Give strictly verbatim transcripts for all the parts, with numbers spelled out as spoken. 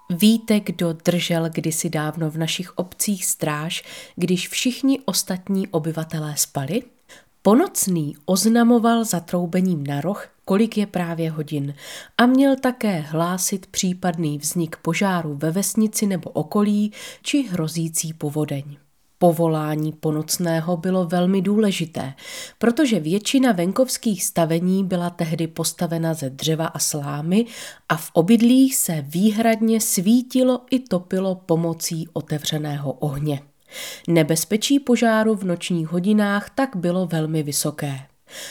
Víte, kdo držel kdysi dávno v našich obcích stráž, když všichni ostatní obyvatelé spali? Ponocný oznamoval zatroubením na roh, kolik je právě hodin, a měl také hlásit případný vznik požáru ve vesnici nebo okolí či hrozící povodeň. Povolání ponocného bylo velmi důležité, protože většina venkovských stavení byla tehdy postavena ze dřeva a slámy a v obydlích se výhradně svítilo i topilo pomocí otevřeného ohně. Nebezpečí požáru v nočních hodinách tak bylo velmi vysoké.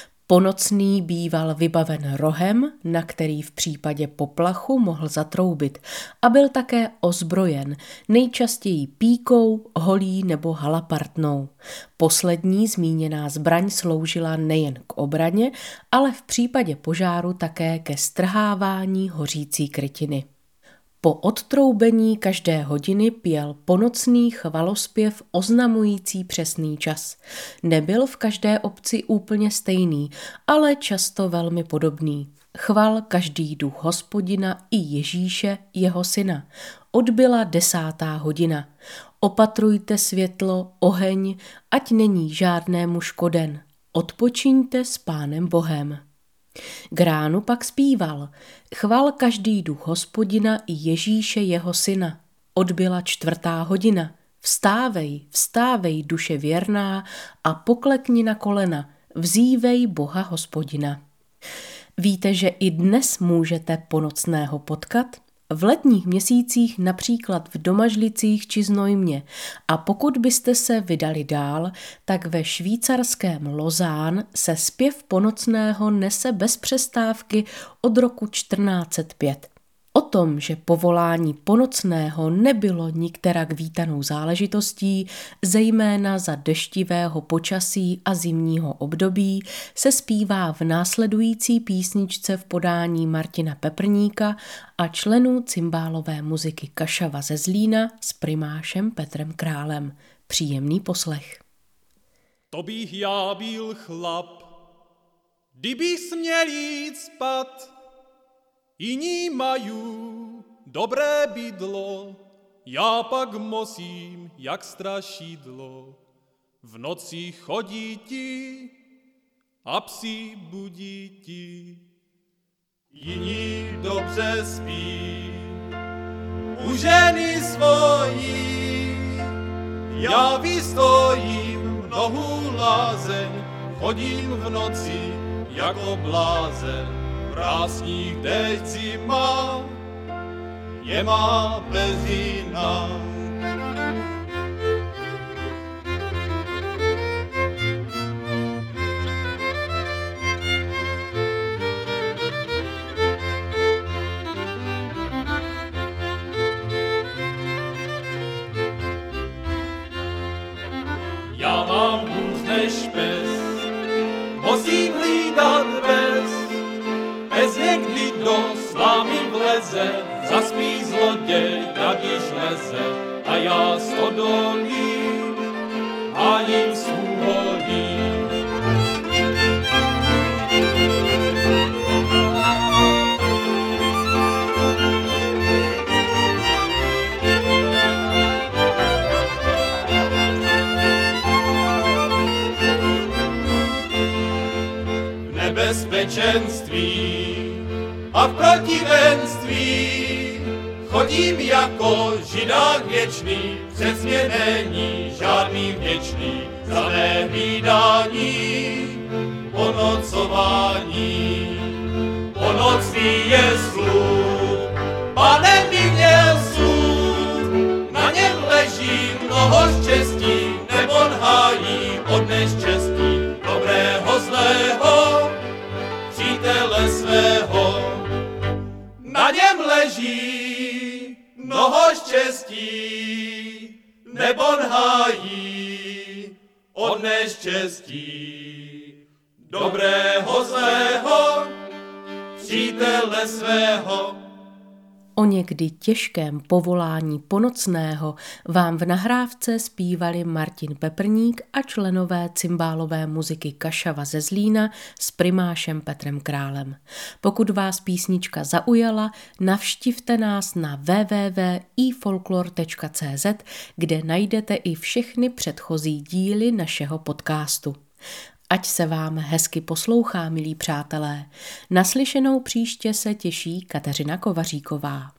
Ponocný býval vybaven rohem, na který v případě poplachu mohl zatroubit, a byl také ozbrojen, nejčastěji píkou, holí nebo halapartnou. Poslední zmíněná zbraň sloužila nejen k obraně, ale v případě požáru také ke strhávání hořící krytiny. Po odtroubení každé hodiny pěl ponocný chvalospěv oznamující přesný čas. Nebyl v každé obci úplně stejný, ale často velmi podobný. Chval každý duch Hospodina i Ježíše, jeho syna. Odbyla desátá hodina. Opatrujte světlo, oheň, ať není žádnému škoden. Odpočiňte s Pánem Bohem. K ránu pak zpíval: Chval každý duch Hospodina i Ježíše jeho syna. Odbyla čtvrtá hodina. Vstávej, vstávej, duše věrná, a poklekni na kolena, vzívej Boha Hospodina. Víte, že i dnes můžete ponocného potkat? V letních měsících například v Domažlicích či Znojmě, a pokud byste se vydali dál, tak ve švýcarském Lausanne se zpěv ponocného nese bez přestávky od roku čtrnáct set pět. O tom, že povolání ponocného nebylo nikterak vítanou záležitostí, zejména za deštivého počasí a zimního období, se zpívá v následující písničce v podání Martina Peprníka a členů cymbálové muziky Kašava ze Zlína s primášem Petrem Králem. Příjemný poslech. To bych já byl chlap, kdybych směl jít spát. Jiní mají dobré bydlo, já pak musím jak strašidlo. V noci chodí ti a psi budí ti. Jiní dobře spí u ženy svojí. Já vystojím nohu lázeň, chodím v noci jako blázen. Prásník dejci má, je má bezina. Já mám hůř než pes, musím hlídat bez. Pes někdy do slámy vleze, zaspí zloděj, jak již leze, a já stodolí hájím svůholí. V nebezpečenství a v protivenství chodím jako židák věčný, přec mě není žádný vděčný za mé hlídání, ponocování. Ponocný je slud, Pane mi měl soud, na něm leží mnoho štěstí, nebon hájí od neštěstí, dobrého zlého, přítele svého. Na něm leží mnoho štěstí, nebon hájí od neštěstí, dobrého zlého, přítele svého. O někdy těžkém povolání Ponocného vám v nahrávce zpívali Martin Peprník a členové cymbálové muziky Kašava ze Zlína s primášem Petrem Králem. Pokud vás písnička zaujala, navštivte nás na w w w tečka i folklor tečka c z, kde najdete i všechny předchozí díly našeho podcastu. Ať se vám hezky poslouchá, milí přátelé. Naslyšenou příště se těší Kateřina Kovaříková.